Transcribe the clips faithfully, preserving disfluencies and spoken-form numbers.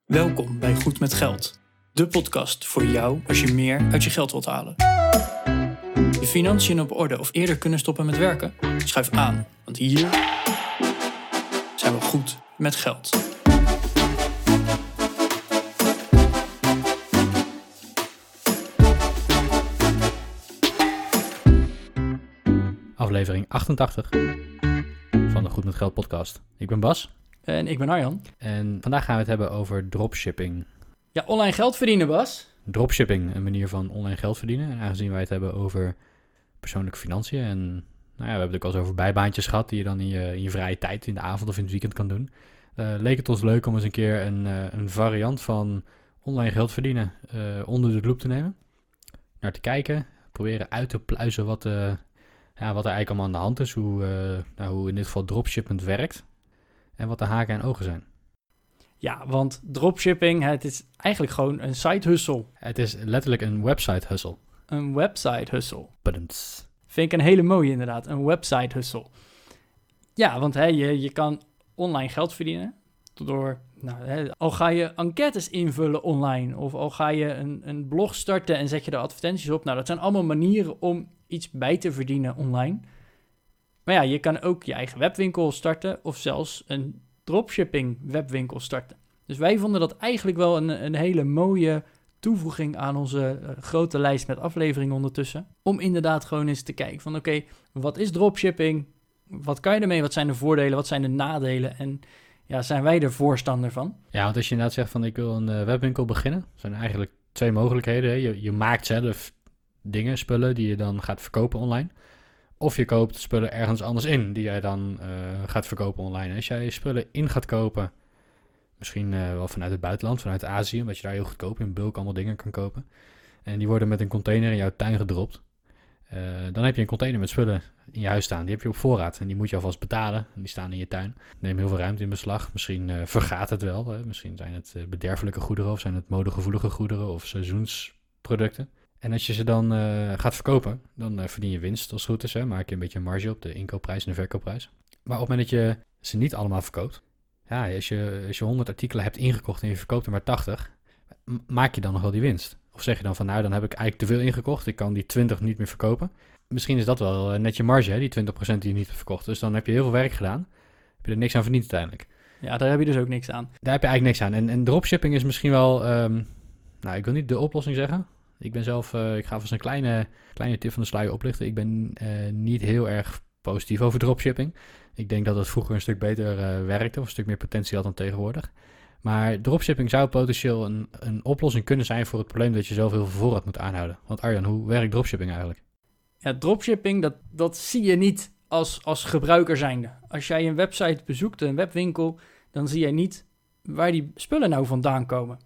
Welkom bij Goed met Geld, de podcast voor jou als je meer uit je geld wilt halen. Je financiën op orde of eerder kunnen stoppen met werken? Schuif aan, want hier zijn we goed met geld. Aflevering achtentachtig van de Goed met Geld podcast. Ik ben Bas. En ik ben Arjan. En vandaag gaan we het hebben over dropshipping. Ja, online geld verdienen, Bas. Dropshipping, een manier van online geld verdienen. En aangezien wij het hebben over persoonlijke financiën en nou ja, we hebben het ook al eens over bijbaantjes gehad die je dan in je, in je vrije tijd, in de avond of in het weekend kan doen. Uh, leek het ons leuk om eens een keer een, uh, een variant van online geld verdienen uh, onder de loep te nemen. Naar te kijken, proberen uit te pluizen wat, uh, ja, wat er eigenlijk allemaal aan de hand is. Hoe, uh, nou, hoe in dit geval dropshipment werkt. En wat de haken en ogen zijn. Ja, want dropshipping, het is eigenlijk gewoon een side hustle. Het is letterlijk een website hustle. Een website hustle. Badums. Vind ik een hele mooie inderdaad, een website hustle. Ja, want hè, je, je kan online geld verdienen door, nou, hè, al ga je enquêtes invullen online of al ga je een, een blog starten en zet je er advertenties op. Nou, dat zijn allemaal manieren om iets bij te verdienen online. Maar ja, je kan ook je eigen webwinkel starten of zelfs een dropshipping webwinkel starten. Dus wij vonden dat eigenlijk wel een, een hele mooie toevoeging aan onze uh, grote lijst met afleveringen ondertussen. Om inderdaad gewoon eens te kijken van oké, okay, wat is dropshipping? Wat kan je ermee? Wat zijn de voordelen? Wat zijn de nadelen? En ja, zijn wij er voorstander van? Ja, want als je inderdaad zegt van ik wil een uh, webwinkel beginnen, zijn er eigenlijk twee mogelijkheden. Hè? Je, je maakt zelf dingen, spullen die je dan gaat verkopen online. Of je koopt spullen ergens anders in die jij dan uh, gaat verkopen online. Als jij spullen in gaat kopen, misschien uh, wel vanuit het buitenland, vanuit Azië, omdat je daar heel goedkoop in bulk allemaal dingen kan kopen. En die worden met een container in jouw tuin gedropt. Uh, dan heb je een container met spullen in je huis staan. Die heb je op voorraad en die moet je alvast betalen. En die staan in je tuin. Neem heel veel ruimte in beslag. Misschien uh, vergaat het wel. Hè? Misschien zijn het uh, bederfelijke goederen of zijn het modegevoelige goederen of seizoensproducten. En als je ze dan uh, gaat verkopen, dan uh, verdien je winst als het goed is. Hè? Maak je een beetje een marge op de inkoopprijs en de verkoopprijs. Maar op het moment dat je ze niet allemaal verkoopt. Ja, als je, als je honderd artikelen hebt ingekocht en je verkoopt er maar tachtig. Maak je dan nog wel die winst? Of zeg je dan van nou, dan heb ik eigenlijk te veel ingekocht. Ik kan die twintig niet meer verkopen. Misschien is dat wel uh, net je marge, hè? Die twintig procent die je niet hebt verkocht. Dus dan heb je heel veel werk gedaan. Heb je er niks aan verdiend uiteindelijk. Ja, daar heb je dus ook niks aan. Daar heb je eigenlijk niks aan. En, en dropshipping is misschien wel, um, nou ik wil niet de oplossing zeggen. Ik ben zelf, uh, ik ga vast een kleine, kleine tip van de sluier oplichten. Ik ben uh, niet heel erg positief over dropshipping. Ik denk dat het vroeger een stuk beter uh, werkte of een stuk meer potentie had dan tegenwoordig. Maar dropshipping zou potentieel een, een oplossing kunnen zijn voor het probleem dat je zelf heel veel voorraad moet aanhouden. Want Arjan, hoe werkt dropshipping eigenlijk? Ja, dropshipping, dat, dat zie je niet als, als gebruiker zijnde. Als jij een website bezoekt, een webwinkel, dan zie jij niet waar die spullen nou vandaan komen.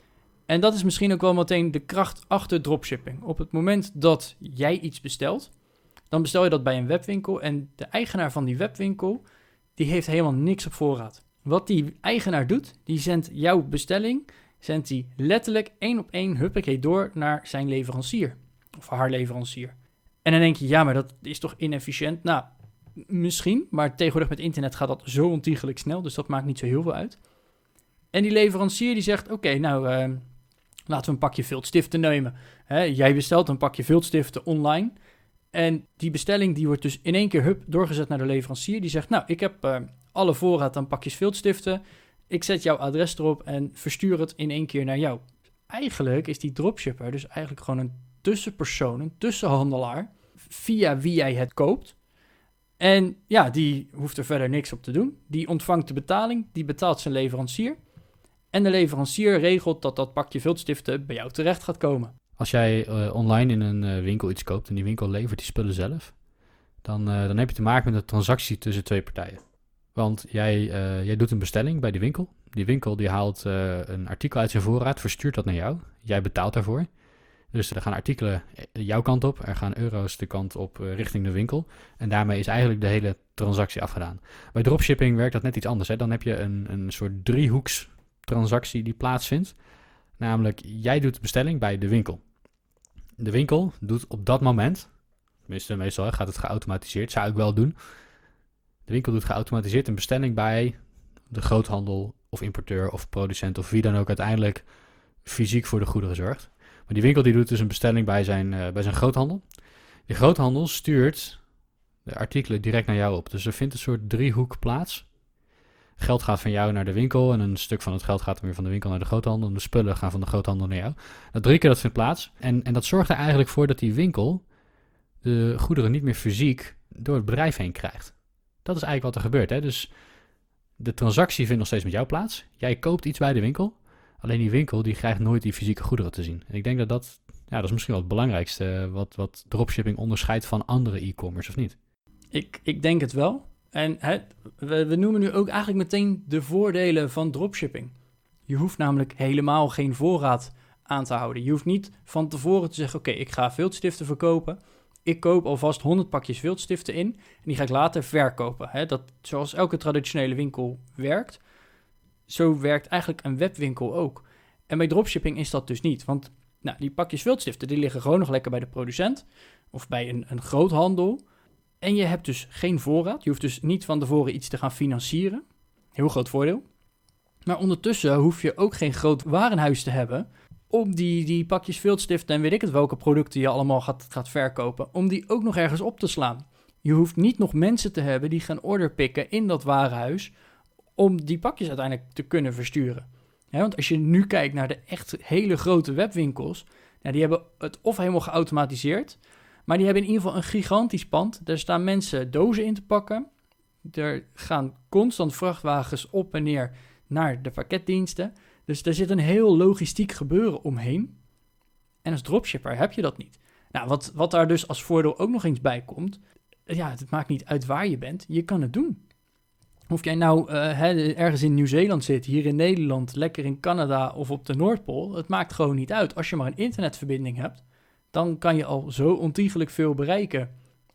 En dat is misschien ook wel meteen de kracht achter dropshipping. Op het moment dat jij iets bestelt, dan bestel je dat bij een webwinkel en de eigenaar van die webwinkel, die heeft helemaal niks op voorraad. Wat die eigenaar doet, die zendt jouw bestelling, zendt die letterlijk één op één huppakee door naar zijn leverancier of haar leverancier. En dan denk je, ja, maar dat is toch inefficiënt? Nou, misschien, maar tegenwoordig met internet gaat dat zo ontiegelijk snel, dus dat maakt niet zo heel veel uit. En die leverancier die zegt, oké, okay, nou, uh, laten we een pakje viltstiften nemen. Hè, jij bestelt een pakje viltstiften online. En die bestelling die wordt dus in één keer hup doorgezet naar de leverancier. Die zegt, nou, ik heb uh, alle voorraad aan pakjes viltstiften. Ik zet jouw adres erop en verstuur het in één keer naar jou. Eigenlijk is die dropshipper dus eigenlijk gewoon een tussenpersoon, een tussenhandelaar, via wie jij het koopt. En ja, die hoeft er verder niks op te doen. Die ontvangt de betaling, die betaalt zijn leverancier. En de leverancier regelt dat dat pakje viltstiften bij jou terecht gaat komen. Als jij uh, online in een uh, winkel iets koopt en die winkel levert die spullen zelf, dan, uh, dan heb je te maken met een transactie tussen twee partijen. Want jij, uh, jij doet een bestelling bij die winkel. Die winkel die haalt uh, een artikel uit zijn voorraad, verstuurt dat naar jou. Jij betaalt daarvoor. Dus er gaan artikelen jouw kant op, er gaan euro's de kant op uh, richting de winkel. En daarmee is eigenlijk de hele transactie afgedaan. Bij dropshipping werkt dat net iets anders. Hè? Dan heb je een, een soort driehoeks transactie die plaatsvindt. Namelijk, jij doet de bestelling bij de winkel. De winkel doet op dat moment, tenminste meestal gaat het geautomatiseerd, zou ik wel doen. De winkel doet geautomatiseerd een bestelling bij de groothandel of importeur of producent of wie dan ook uiteindelijk fysiek voor de goederen zorgt. Maar die winkel die doet dus een bestelling bij zijn, uh, bij zijn groothandel. Die groothandel stuurt de artikelen direct naar jou op. Dus er vindt een soort driehoek plaats. Geld gaat van jou naar de winkel en een stuk van het geld gaat dan weer van de winkel naar de groothandel. En de spullen gaan van de groothandel naar jou. Dat drie keer dat vindt plaats. En, en dat zorgt er eigenlijk voor dat die winkel de goederen niet meer fysiek door het bedrijf heen krijgt. Dat is eigenlijk wat er gebeurt. Hè? Dus de transactie vindt nog steeds met jou plaats. Jij koopt iets bij de winkel. Alleen die winkel die krijgt nooit die fysieke goederen te zien. En ik denk dat dat, ja, dat is misschien wel het belangrijkste wat, wat dropshipping onderscheidt van andere e-commerce, of niet? Ik, ik denk het wel. En hè, we, we noemen nu ook eigenlijk meteen de voordelen van dropshipping. Je hoeft namelijk helemaal geen voorraad aan te houden. Je hoeft niet van tevoren te zeggen, oké, okay, ik ga viltstiften verkopen. Ik koop alvast honderd pakjes viltstiften in en die ga ik later verkopen. Hè, dat, zoals elke traditionele winkel werkt, zo werkt eigenlijk een webwinkel ook. En bij dropshipping is dat dus niet. Want nou, die pakjes viltstiften die liggen gewoon nog lekker bij de producent of bij een, een groothandel. En je hebt dus geen voorraad. Je hoeft dus niet van tevoren iets te gaan financieren. Heel groot voordeel. Maar ondertussen hoef je ook geen groot warenhuis te hebben om die, die pakjes viltstiften en weet ik het welke producten je allemaal gaat, gaat verkopen, om die ook nog ergens op te slaan. Je hoeft niet nog mensen te hebben die gaan orderpikken in dat warenhuis om die pakjes uiteindelijk te kunnen versturen. Ja, want als je nu kijkt naar de echt hele grote webwinkels, nou, die hebben het of helemaal geautomatiseerd, maar die hebben in ieder geval een gigantisch pand. Daar staan mensen dozen in te pakken. Er gaan constant vrachtwagens op en neer naar de pakketdiensten. Dus er zit een heel logistiek gebeuren omheen. En als dropshipper heb je dat niet. Nou, wat, wat daar dus als voordeel ook nog eens bij komt, ja, het maakt niet uit waar je bent. Je kan het doen. Of jij nou uh, hè, ergens in Nieuw-Zeeland zit, hier in Nederland, lekker in Canada of op de Noordpool. Het maakt gewoon niet uit. Als je maar een internetverbinding hebt, dan kan je al zo ontiegelijk veel bereiken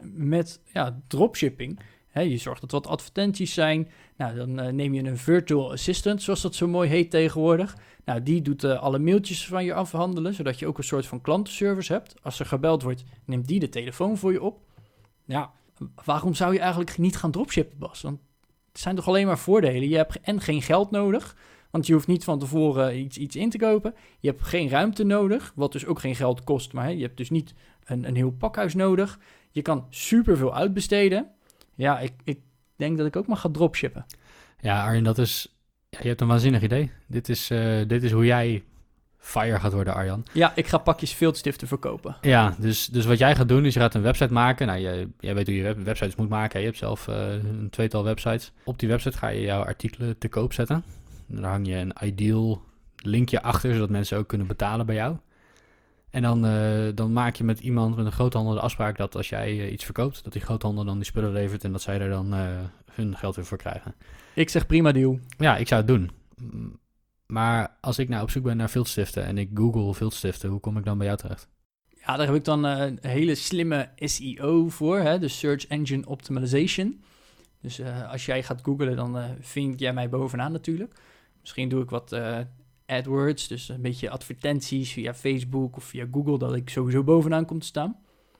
met ja, dropshipping. He, je zorgt dat er wat advertenties zijn. Nou, dan uh, neem je een virtual assistant, zoals dat zo mooi heet tegenwoordig. Nou, die doet uh, alle mailtjes van je afhandelen, zodat je ook een soort van klantenservice hebt. Als er gebeld wordt, neemt die de telefoon voor je op. Ja, waarom zou je eigenlijk niet gaan dropshippen, Bas? Want het zijn toch alleen maar voordelen. Je hebt en geen geld nodig, want je hoeft niet van tevoren iets, iets in te kopen. Je hebt geen ruimte nodig, wat dus ook geen geld kost. Maar hè, je hebt dus niet een, een heel pakhuis nodig. Je kan superveel uitbesteden. Ja, ik, ik denk dat ik ook maar ga dropshippen. Ja, Arjen, dat is... Ja, je hebt een waanzinnig idee. Dit is, uh, dit is hoe jij fire gaat worden, Arjan. Ja, ik ga pakjes viltstiften verkopen. Ja, dus, dus wat jij gaat doen is je gaat een website maken. Nou, jij, jij weet hoe je web, websites moet maken. Je hebt zelf uh, een tweetal websites. Op die website ga je jouw artikelen te koop zetten. Dan hang je een ideal linkje achter, zodat mensen ook kunnen betalen bij jou. En dan, uh, dan maak je met iemand, met een groothandel, de afspraak dat als jij uh, iets verkoopt, dat die groothandel dan die spullen levert en dat zij er dan uh, hun geld weer voor krijgen. Ik zeg prima deal. Ja, ik zou het doen. Maar als ik nou op zoek ben naar viltstiften en ik google viltstiften, hoe kom ik dan bij jou terecht? Ja, daar heb ik dan uh, een hele slimme S E O voor, hè, de Search Engine Optimization. Dus uh, als jij gaat googlen, dan uh, vind jij mij bovenaan natuurlijk. Misschien doe ik wat uh, AdWords, dus een beetje advertenties via Facebook of via Google, dat ik sowieso bovenaan kom te staan.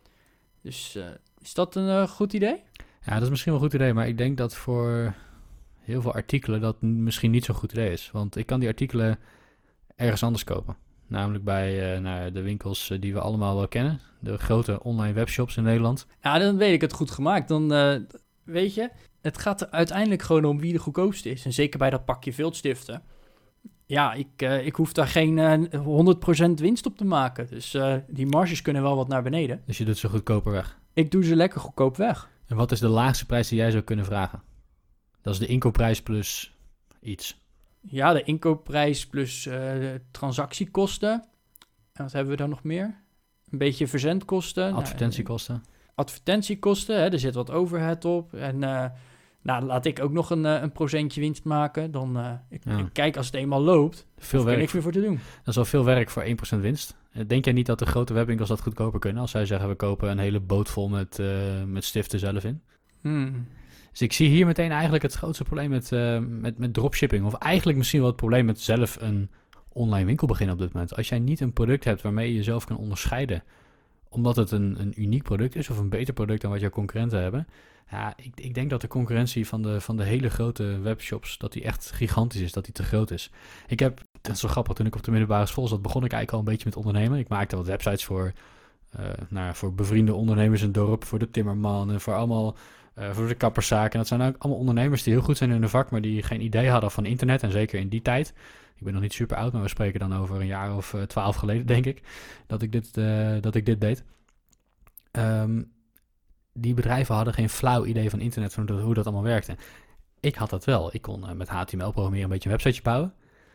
Dus uh, is dat een uh, goed idee? Ja, dat is misschien wel een goed idee, maar ik denk dat voor heel veel artikelen dat misschien niet zo'n goed idee is. Want ik kan die artikelen ergens anders kopen. Namelijk bij uh, nou, de winkels uh, die we allemaal wel kennen. De grote online webshops in Nederland. Ja, dan weet ik het goed gemaakt. Dan uh, weet je, het gaat er uiteindelijk gewoon om wie de goedkoopste is. En zeker bij dat pakje viltstiften. Ja, ik, uh, ik hoef daar geen uh, honderd procent winst op te maken. Dus uh, die marges kunnen wel wat naar beneden. Dus je doet ze goedkoper weg? Ik doe ze lekker goedkoop weg. En wat is de laagste prijs die jij zou kunnen vragen? Dat is de inkoopprijs plus iets. Ja, de inkoopprijs plus uh, de transactiekosten. En wat hebben we dan nog meer? Een beetje verzendkosten. Advertentiekosten. Nou, advertentiekosten, hè, er zit wat overhead op. En uh, nou, laat ik ook nog een, uh, een procentje winst maken. Dan uh, ik, ja. ik kijk als het eenmaal loopt, veel er niks meer voor te doen. Dat is wel veel werk voor één procent winst. Denk jij niet dat de grote webwinkels dat goedkoper kunnen? Als zij zeggen, we kopen een hele boot vol met, uh, met stiften zelf in. Hmm. Dus ik zie hier meteen eigenlijk het grootste probleem met, uh, met, met dropshipping. Of eigenlijk misschien wel het probleem met zelf een online winkel beginnen op dit moment. Als jij niet een product hebt waarmee je jezelf kan onderscheiden, omdat het een, een uniek product is of een beter product dan wat jouw concurrenten hebben, Ja, ik, ik denk dat de concurrentie van de, van de hele grote webshops, dat die echt gigantisch is, dat die te groot is. Ik heb, dat is zo grappig, toen ik op de middelbare school zat, begon ik eigenlijk al een beetje met ondernemen. Ik maakte wat websites voor, uh, nou, voor bevriende ondernemers in het dorp, voor de timmerman en voor allemaal, uh, voor de kapperszaken. En dat zijn ook allemaal ondernemers die heel goed zijn in hun vak, maar die geen idee hadden van internet. En zeker in die tijd. Ik ben nog niet super oud, maar we spreken dan over een jaar of uh, twaalf geleden, denk ik, dat ik dit, uh, dat ik dit deed. Um, die bedrijven hadden geen flauw idee van internet, van hoe dat allemaal werkte. Ik had dat wel. Ik kon uh, met H T M L programmeren een beetje een websiteje bouwen.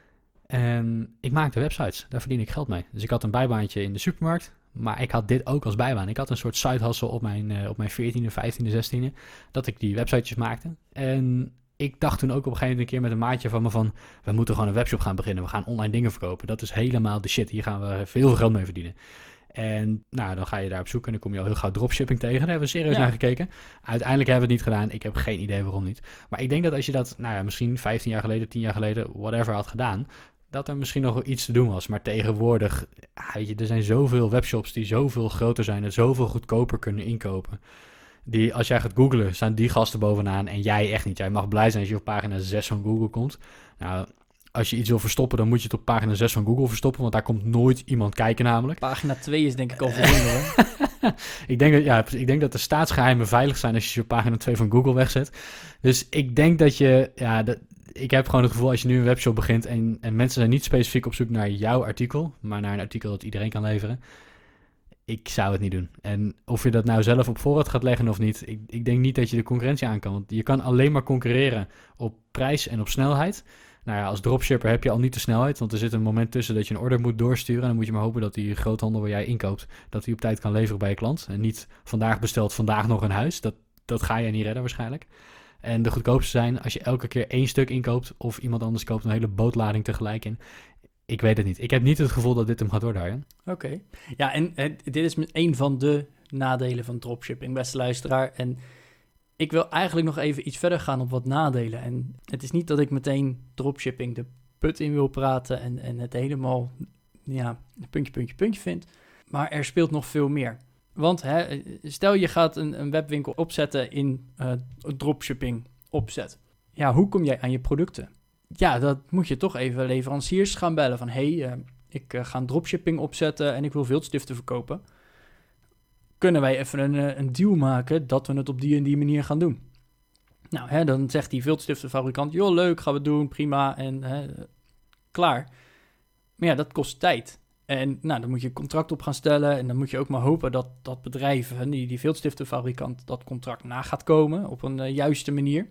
En ik maakte websites. Daar verdien ik geld mee. Dus ik had een bijbaantje in de supermarkt. Maar ik had dit ook als bijbaan. Ik had een soort side hustle op mijn, uh, op mijn veertiende, vijftiende, zestiende. Dat ik die websitejes maakte. En ik dacht toen ook op een gegeven moment een keer met een maatje van me van, we moeten gewoon een webshop gaan beginnen. We gaan online dingen verkopen. Dat is helemaal de shit. Hier gaan we veel, veel geld mee verdienen. En nou, dan ga je daar op zoek en dan kom je al heel gauw dropshipping tegen. Daar hebben we serieus ja. naar gekeken. Uiteindelijk hebben we het niet gedaan. Ik heb geen idee waarom niet. Maar ik denk dat als je dat, nou ja, misschien vijftien jaar geleden, tien jaar geleden, whatever had gedaan, dat er misschien nog wel iets te doen was. Maar tegenwoordig, weet je, er zijn zoveel webshops die zoveel groter zijn en zoveel goedkoper kunnen inkopen. Die, als jij gaat googlen, staan die gasten bovenaan en jij echt niet. Jij mag blij zijn als je op pagina zes van Google komt. Nou, als je iets wil verstoppen, dan moet je het op pagina zes van Google verstoppen, want daar komt nooit iemand kijken namelijk. Pagina twee is denk ik al voldoende hoor. ik, denk dat, ja, ik denk dat de staatsgeheimen veilig zijn als je ze op pagina twee van Google wegzet. Dus ik denk dat je, ja, dat, ik heb gewoon het gevoel als je nu een webshop begint en, en mensen zijn niet specifiek op zoek naar jouw artikel, maar naar een artikel dat iedereen kan leveren. Ik zou het niet doen. En of je dat nou zelf op voorraad gaat leggen of niet, ik, ik denk niet dat je de concurrentie aan kan. Want je kan alleen maar concurreren op prijs en op snelheid. Nou ja, als dropshipper heb je al niet de snelheid, want er zit een moment tussen dat je een order moet doorsturen. En dan moet je maar hopen dat die groothandel waar jij inkoopt, dat die op tijd kan leveren bij je klant. En niet vandaag besteld, vandaag nog een huis. Dat, dat ga je niet redden waarschijnlijk. En de goedkoopste zijn als je elke keer één stuk inkoopt of iemand anders koopt een hele bootlading tegelijk in. Ik weet het niet. Ik heb niet het gevoel dat dit hem gaat doordraaien. Oké. Okay. Ja, en, en dit is een van de nadelen van dropshipping, beste luisteraar. En ik wil eigenlijk nog even iets verder gaan op wat nadelen. En het is niet dat ik meteen dropshipping de put in wil praten en, en het helemaal, ja, puntje, puntje, puntje vind. Maar er speelt nog veel meer. Want hè, stel je gaat een, een webwinkel opzetten in uh, dropshipping opzet. Ja, hoe kom jij aan je producten? Ja, dat moet je toch even leveranciers gaan bellen van, hé, hey, uh, ik uh, ga een dropshipping opzetten en ik wil viltstiften verkopen. Kunnen wij even een, een deal maken dat we het op die en die manier gaan doen? Nou, hè, dan zegt die viltstiftenfabrikant, joh, leuk, gaan we doen, prima, en hè, klaar. Maar ja, dat kost tijd. En nou, dan moet je een contract op gaan stellen en dan moet je ook maar hopen dat dat bedrijf, die, die viltstiftenfabrikant, dat contract na gaat komen op een uh, juiste manier.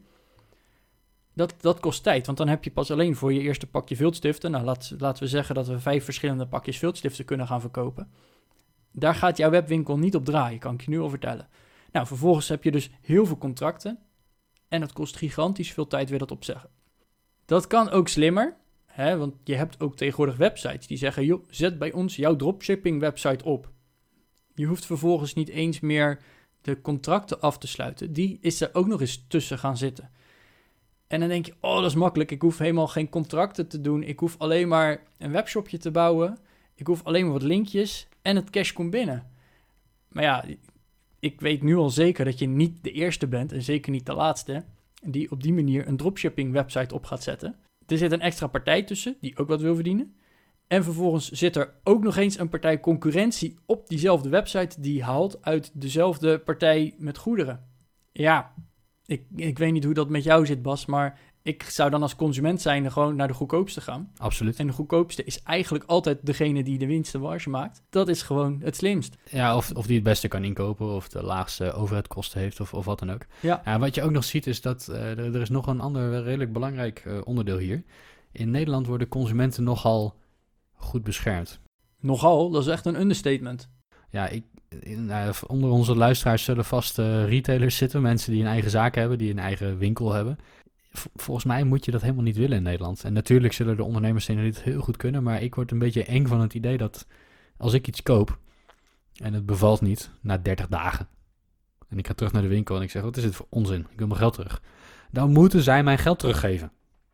Dat, dat kost tijd, want dan heb je pas alleen voor je eerste pakje viltstiften. Nou, laat, laten we zeggen dat we vijf verschillende pakjes viltstiften kunnen gaan verkopen. Daar gaat jouw webwinkel niet op draaien, kan ik je nu al vertellen. Nou, vervolgens heb je dus heel veel contracten en het kost gigantisch veel tijd weer dat opzeggen. Dat kan ook slimmer, hè, want je hebt ook tegenwoordig websites die zeggen, joh, zet bij ons jouw dropshipping website op. Je hoeft vervolgens niet eens meer de contracten af te sluiten. Die is er ook nog eens tussen gaan zitten. En dan denk je, oh, dat is makkelijk. Ik hoef helemaal geen contracten te doen. Ik hoef alleen maar een webshopje te bouwen. Ik hoef alleen maar wat linkjes en het cash komt binnen. Maar ja, ik weet nu al zeker dat je niet de eerste bent en zeker niet de laatste die op die manier een dropshipping website op gaat zetten. Er zit een extra partij tussen die ook wat wil verdienen. En vervolgens zit er ook nog eens een partij concurrentie op diezelfde website die haalt uit dezelfde partij met goederen. Ja, ik, ik weet niet hoe dat met jou zit, Bas, maar ik zou dan als consument zijn gewoon naar de goedkoopste gaan. Absoluut. En de goedkoopste is eigenlijk altijd degene die de winst en marge maakt. Dat is gewoon het slimst. Ja, of, of die het beste kan inkopen of de laagste overheadkosten heeft of, of wat dan ook. Ja. Ja, wat je ook nog ziet is dat uh, er, er is nog een ander redelijk belangrijk uh, onderdeel hier. In Nederland worden consumenten nogal goed beschermd. Nogal? Dat is echt een understatement. Ja, ik, nou, onder onze luisteraars zullen vast uh, retailers zitten. Mensen die een eigen zaak hebben, die een eigen winkel hebben. V- volgens mij moet je dat helemaal niet willen in Nederland. En natuurlijk zullen de ondernemers dit heel goed kunnen. Maar ik word een beetje eng van het idee dat als ik iets koop en het bevalt niet na dertig dagen. En ik ga terug naar de winkel en ik zeg, wat is dit voor onzin? Ik wil mijn geld terug. Dan moeten zij mijn geld teruggeven.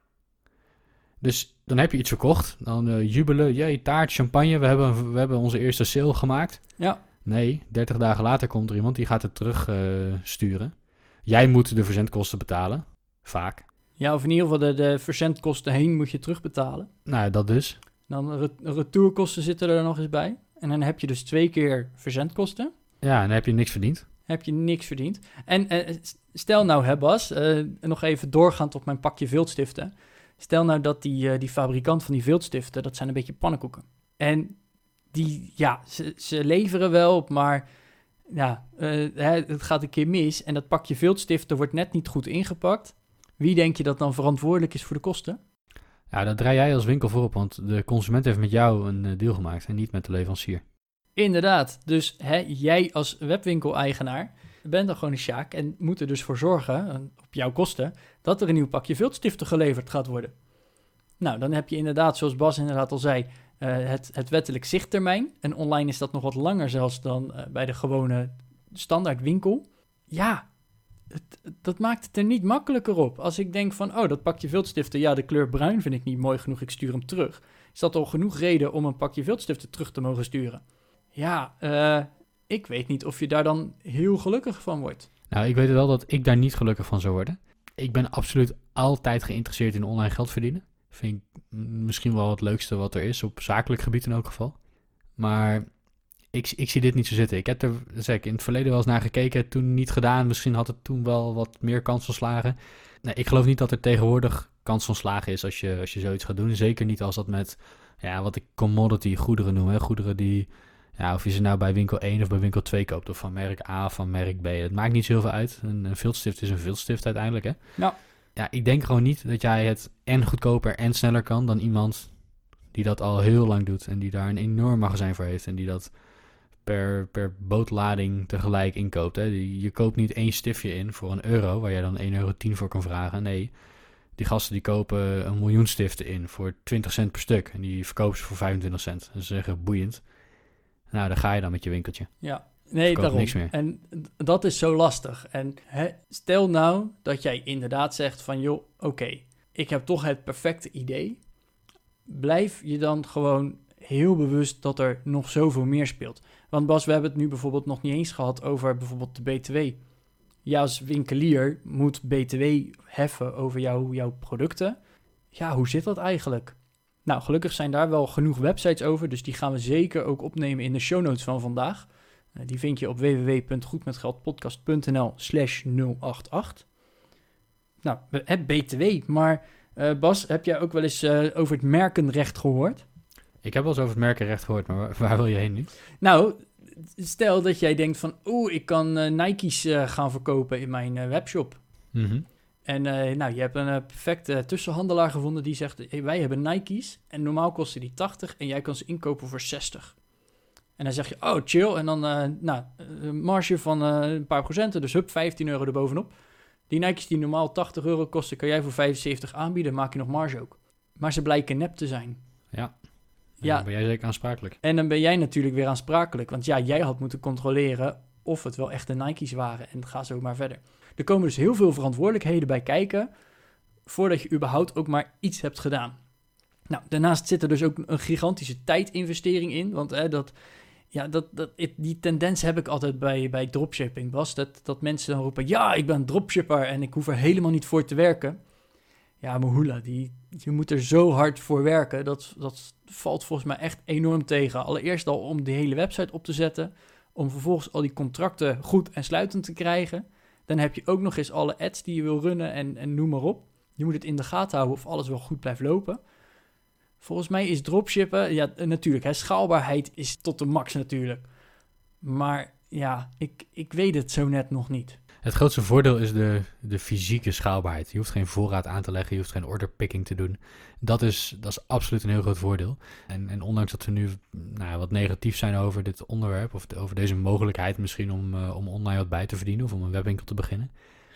Dus dan heb je iets verkocht. Dan uh, jubelen, jee, taart, champagne. We hebben, we hebben onze eerste sale gemaakt. Ja. Nee, dertig dagen later komt er iemand die gaat het terug uh, sturen. Jij moet de verzendkosten betalen, vaak. Ja, of in ieder geval de, de verzendkosten heen moet je terugbetalen. Nou, dat dus. Dan re- retourkosten zitten er nog eens bij. En dan heb je dus twee keer verzendkosten. Ja, en dan heb je niks verdiend. Heb je niks verdiend. En eh, stel nou, hè Bas, eh, nog even doorgaand op mijn pakje viltstiften. Stel nou dat die, uh, die fabrikant van die viltstiften, dat zijn een beetje pannenkoeken. En die, ja, ze, ze leveren wel, maar ja, uh, hè, het gaat een keer mis. En dat pakje viltstiften wordt net niet goed ingepakt. Wie denk je dat dan verantwoordelijk is voor de kosten? Ja, daar draai jij als winkel voor op, want de consument heeft met jou een uh, deal gemaakt en niet met de leverancier. Inderdaad, dus hè, jij als webwinkel-eigenaar bent er gewoon een sjaak en moet er dus voor zorgen, op jouw kosten, dat er een nieuw pakje viltstiften geleverd gaat worden. Nou, dan heb je inderdaad, zoals Bas inderdaad al zei, uh, het, het wettelijk zichttermijn. En online is dat nog wat langer zelfs dan uh, bij de gewone standaard winkel. Ja, het, dat maakt het er niet makkelijker op. Als ik denk van, oh, dat pakje viltstiften, ja, de kleur bruin vind ik niet mooi genoeg, ik stuur hem terug. Is dat al genoeg reden om een pakje viltstiften terug te mogen sturen? Ja, uh, ik weet niet of je daar dan heel gelukkig van wordt. Nou, ik weet wel dat ik daar niet gelukkig van zou worden. Ik ben absoluut altijd geïnteresseerd in online geld verdienen. Vind ik misschien wel het leukste wat er is, op zakelijk gebied in elk geval. Maar ik, ik zie dit niet zo zitten. Ik heb er zeg ik, in het verleden wel eens naar gekeken, toen niet gedaan. Misschien had het toen wel wat meer kans van slagen. Nee, ik geloof niet dat er tegenwoordig kans van slagen is als je, als je zoiets gaat doen. Zeker niet als dat met, ja, wat ik commodity goederen noem. Hè? Goederen die, ja, of je ze nou bij winkel één of bij winkel twee koopt. Of van merk A of van merk B. Het maakt niet zo heel veel uit. Een, een viltstift is een viltstift uiteindelijk, hè? Ja. Ja, ik denk gewoon niet dat jij het en goedkoper en sneller kan dan iemand die dat al heel lang doet. En die daar een enorm magazijn voor heeft. En die dat per, per bootlading tegelijk inkoopt. Hè. Die, je koopt niet één stiftje in voor een euro, waar jij dan één euro tien voor kan vragen. Nee, die gasten die kopen een miljoen stiften in voor twintig cent per stuk. En die verkopen ze voor vijfentwintig cent. En ze zeggen boeiend. Nou, daar ga je dan met je winkeltje. Ja, nee, daarom. Niks meer. En dat is zo lastig. En hè, stel nou dat jij inderdaad zegt van, joh, oké, okay, ik heb toch het perfecte idee. Blijf je dan gewoon heel bewust dat er nog zoveel meer speelt. Want Bas, we hebben het nu bijvoorbeeld nog niet eens gehad over bijvoorbeeld de B T W. Jij als winkelier moet B T W heffen over jou, jouw producten. Ja, hoe zit dat eigenlijk? Nou, gelukkig zijn daar wel genoeg websites over, dus die gaan we zeker ook opnemen in de show notes van vandaag. Uh, die vind je op w w w punt goedmetgeldpodcast punt n l slash nul acht acht. Nou, het B T W, maar uh, Bas, heb jij ook wel eens uh, over het merkenrecht gehoord? Ik heb wel eens over het merkenrecht gehoord, maar waar, waar wil je heen nu? Nou, stel dat jij denkt van, oeh, ik kan uh, Nike's uh, gaan verkopen in mijn uh, webshop. Mm-hmm. En uh, nou, je hebt een uh, perfecte tussenhandelaar gevonden die zegt, hey, wij hebben Nike's en normaal kosten die tachtig en jij kan ze inkopen voor zestig. En dan zeg je, oh, chill. En dan, uh, nou, een marge van uh, een paar procenten, dus hup, vijftien euro erbovenop. Die Nike's die normaal tachtig euro kosten, kan jij voor vijfenzeventig aanbieden, maak je nog marge ook. Maar ze blijken nep te zijn. Ja. En ja. Dan ben jij zeker aansprakelijk. En dan ben jij natuurlijk weer aansprakelijk. Want ja, jij had moeten controleren of het wel echte Nike's waren. En ga zo maar verder. Er komen dus heel veel verantwoordelijkheden bij kijken voordat je überhaupt ook maar iets hebt gedaan. Nou, daarnaast zit er dus ook een gigantische tijdinvestering in. Want hè, dat, ja, dat, dat, die tendens heb ik altijd bij, bij dropshipping, Bas. Dat, dat mensen dan roepen, ja, ik ben dropshipper en ik hoef er helemaal niet voor te werken. Ja, maar hoela, die, je moet er zo hard voor werken. Dat, dat valt volgens mij echt enorm tegen. Allereerst al om de hele website op te zetten. Om vervolgens al die contracten goed en sluitend te krijgen. Dan heb je ook nog eens alle ads die je wil runnen en, en noem maar op. Je moet het in de gaten houden of alles wel goed blijft lopen. Volgens mij is dropshippen, ja natuurlijk, hè, schaalbaarheid is tot de max natuurlijk. Maar ja, ik, ik weet het zo net nog niet. Het grootste voordeel is de, de fysieke schaalbaarheid. Je hoeft geen voorraad aan te leggen, je hoeft geen orderpicking te doen. Dat is, dat is absoluut een heel groot voordeel. En, en ondanks dat we nu nou, wat negatief zijn over dit onderwerp, of de, over deze mogelijkheid misschien om, uh, om online wat bij te verdienen of om een webwinkel te beginnen.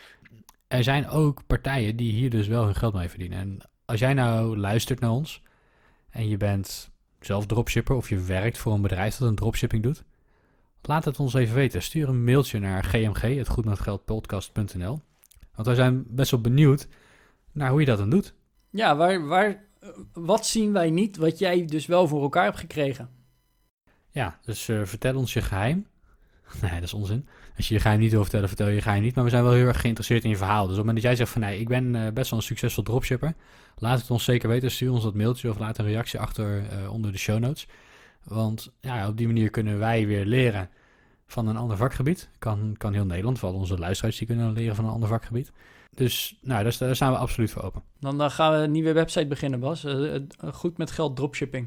Er zijn ook partijen die hier dus wel hun geld mee verdienen. En als jij nou luistert naar ons en je bent zelf dropshipper of je werkt voor een bedrijf dat een dropshipping doet, laat het ons even weten. Stuur een mailtje naar g m g punt goedmetgeldpodcast punt n l. Want wij zijn best wel benieuwd naar hoe je dat dan doet. Ja, waar, waar, wat zien wij niet wat jij dus wel voor elkaar hebt gekregen? Ja, dus uh, vertel ons je geheim. Nee, dat is onzin. Als je je geheim niet wil vertellen, vertel je je geheim niet. Maar we zijn wel heel erg geïnteresseerd in je verhaal. Dus op het moment dat jij zegt van nee, ik ben uh, best wel een succesvol dropshipper. Laat het ons zeker weten. Stuur ons dat mailtje of laat een reactie achter uh, onder de show notes. Want ja, op die manier kunnen wij weer leren van een ander vakgebied. Kan, kan heel Nederland, vooral onze luisteraars die kunnen leren van een ander vakgebied. Dus nou, daar, daar staan we absoluut voor open. Dan, dan gaan we een nieuwe website beginnen, Bas. Uh, uh, goed met geld dropshipping.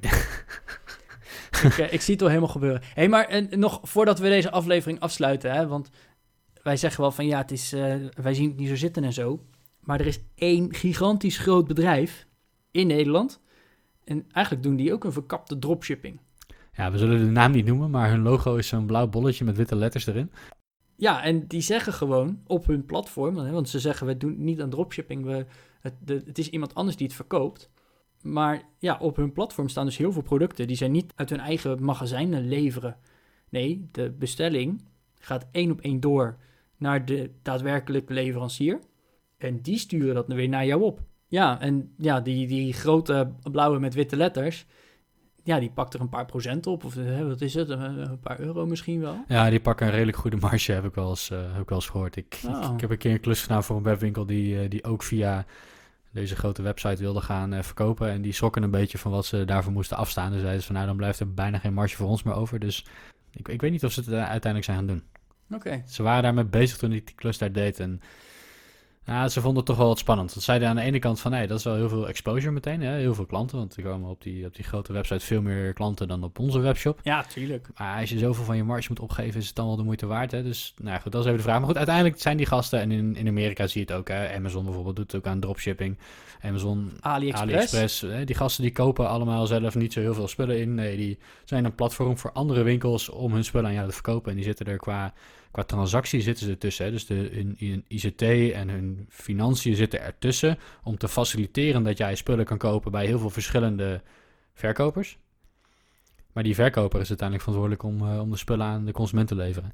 ik, uh, ik zie het al helemaal gebeuren. Hé, hey, maar en, nog voordat we deze aflevering afsluiten, hè, want wij zeggen wel van ja, het is, uh, wij zien het niet zo zitten en zo. Maar er is één gigantisch groot bedrijf in Nederland. En eigenlijk doen die ook een verkapte dropshipping. Ja, we zullen de naam niet noemen, maar hun logo is zo'n blauw bolletje met witte letters erin. Ja, en die zeggen gewoon op hun platform, hè, want ze zeggen we doen niet aan dropshipping, we, het, de, het is iemand anders die het verkoopt. Maar ja, op hun platform staan dus heel veel producten die zij niet uit hun eigen magazijnen leveren. Nee, de bestelling gaat één op één door naar de daadwerkelijke leverancier. En die sturen dat weer naar jou op. Ja, en ja, die, die grote blauwe met witte letters, ja, die pakt er een paar procent op. Of hè, wat is het? Een, een paar euro misschien wel. Ja, die pakken een redelijk goede marge, heb ik wel eens, uh, heb ik wel eens gehoord. Ik, oh. ik, ik heb een keer een klus gedaan voor een webwinkel die, uh, die ook via deze grote website wilde gaan uh, verkopen. En die schrokken een beetje van wat ze daarvoor moesten afstaan. Dus zeiden ze van nou, dan blijft er bijna geen marge voor ons meer over. Dus ik, ik weet niet of ze het uh, uiteindelijk zijn gaan doen. Oké. Okay. Ze waren daarmee bezig toen ik die klus daar deed. En ja, ze vonden het toch wel wat spannend. Ze zeiden aan de ene kant van, nee, dat is wel heel veel exposure meteen. Hè? Heel veel klanten, want er komen op die, op die grote website veel meer klanten dan op onze webshop. Ja, tuurlijk. Maar als je zoveel van je marge moet opgeven, is het dan wel de moeite waard. Hè? Dus nou goed, dat is even de vraag. Maar goed, uiteindelijk zijn die gasten, en in, in Amerika zie je het ook. Hè? Amazon bijvoorbeeld doet het ook aan dropshipping. Amazon, AliExpress. AliExpress hè? Die gasten die kopen allemaal zelf niet zo heel veel spullen in. Nee, die zijn een platform voor andere winkels om hun spullen aan jou te verkopen. En die zitten er qua... Qua transactie zitten ze ertussen. Hè? Dus de, hun, hun I C T en hun financiën zitten ertussen om te faciliteren dat jij spullen kan kopen bij heel veel verschillende verkopers. Maar die verkoper is uiteindelijk verantwoordelijk om, uh, om de spullen aan de consument te leveren.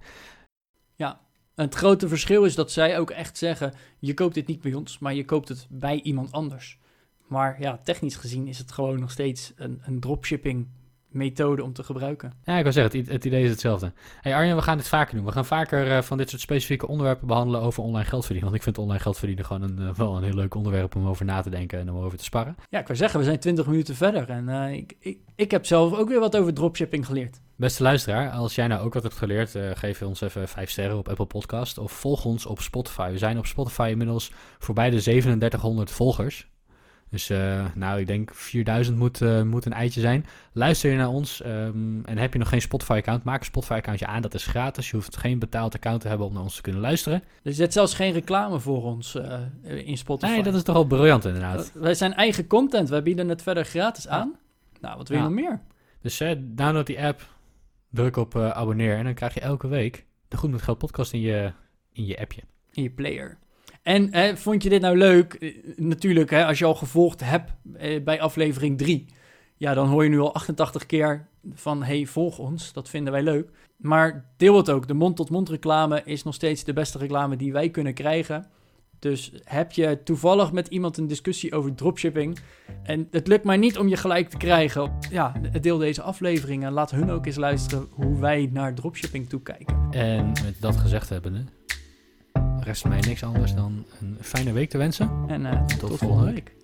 Ja, het grote verschil is dat zij ook echt zeggen, je koopt dit niet bij ons, maar je koopt het bij iemand anders. Maar ja, technisch gezien is het gewoon nog steeds een, een dropshipping methode om te gebruiken. Ja, ik wil zeggen, het, het idee is hetzelfde. Hey Arjen, we gaan dit vaker doen. We gaan vaker uh, van dit soort specifieke onderwerpen behandelen over online geld verdienen. Want ik vind online geld verdienen gewoon een, uh, wel een heel leuk onderwerp om over na te denken en om over te sparren. Ja, ik wil zeggen, we zijn twintig minuten verder. En uh, ik, ik, ik heb zelf ook weer wat over dropshipping geleerd. Beste luisteraar, als jij nou ook wat hebt geleerd, uh, geef ons even vijf sterren op Apple Podcast of volg ons op Spotify. We zijn op Spotify inmiddels voorbij de zevenendertighonderd volgers. Dus uh, nou, ik denk vierduizend moet, uh, moet een eitje zijn. Luister je naar ons um, en heb je nog geen Spotify-account, maak een Spotify-accountje aan. Dat is gratis. Je hoeft geen betaald account te hebben om naar ons te kunnen luisteren. Er zit zelfs geen reclame voor ons uh, in Spotify. Nee, dat is toch wel briljant inderdaad. Wij zijn eigen content. Wij bieden het verder gratis aan. Ja. Nou, wat wil je ja. nog meer? Dus uh, download die app, druk op uh, abonneer en dan krijg je elke week de Goed Met Geld podcast in je, in je appje. In je player. En hè, vond je dit nou leuk? Uh, natuurlijk, hè, als je al gevolgd hebt uh, bij aflevering drie... ja, dan hoor je nu al achtentachtig keer van... hey, volg ons, dat vinden wij leuk. Maar deel het ook. De mond-tot-mond reclame is nog steeds de beste reclame die wij kunnen krijgen. Dus heb je toevallig met iemand een discussie over dropshipping... en het lukt maar niet om je gelijk te krijgen... ja, deel deze aflevering en laat hun ook eens luisteren... hoe wij naar dropshipping toekijken. En met dat gezegd hebbende... rest mij niks anders dan een fijne week te wensen. En uh, tot, tot volgende week. week.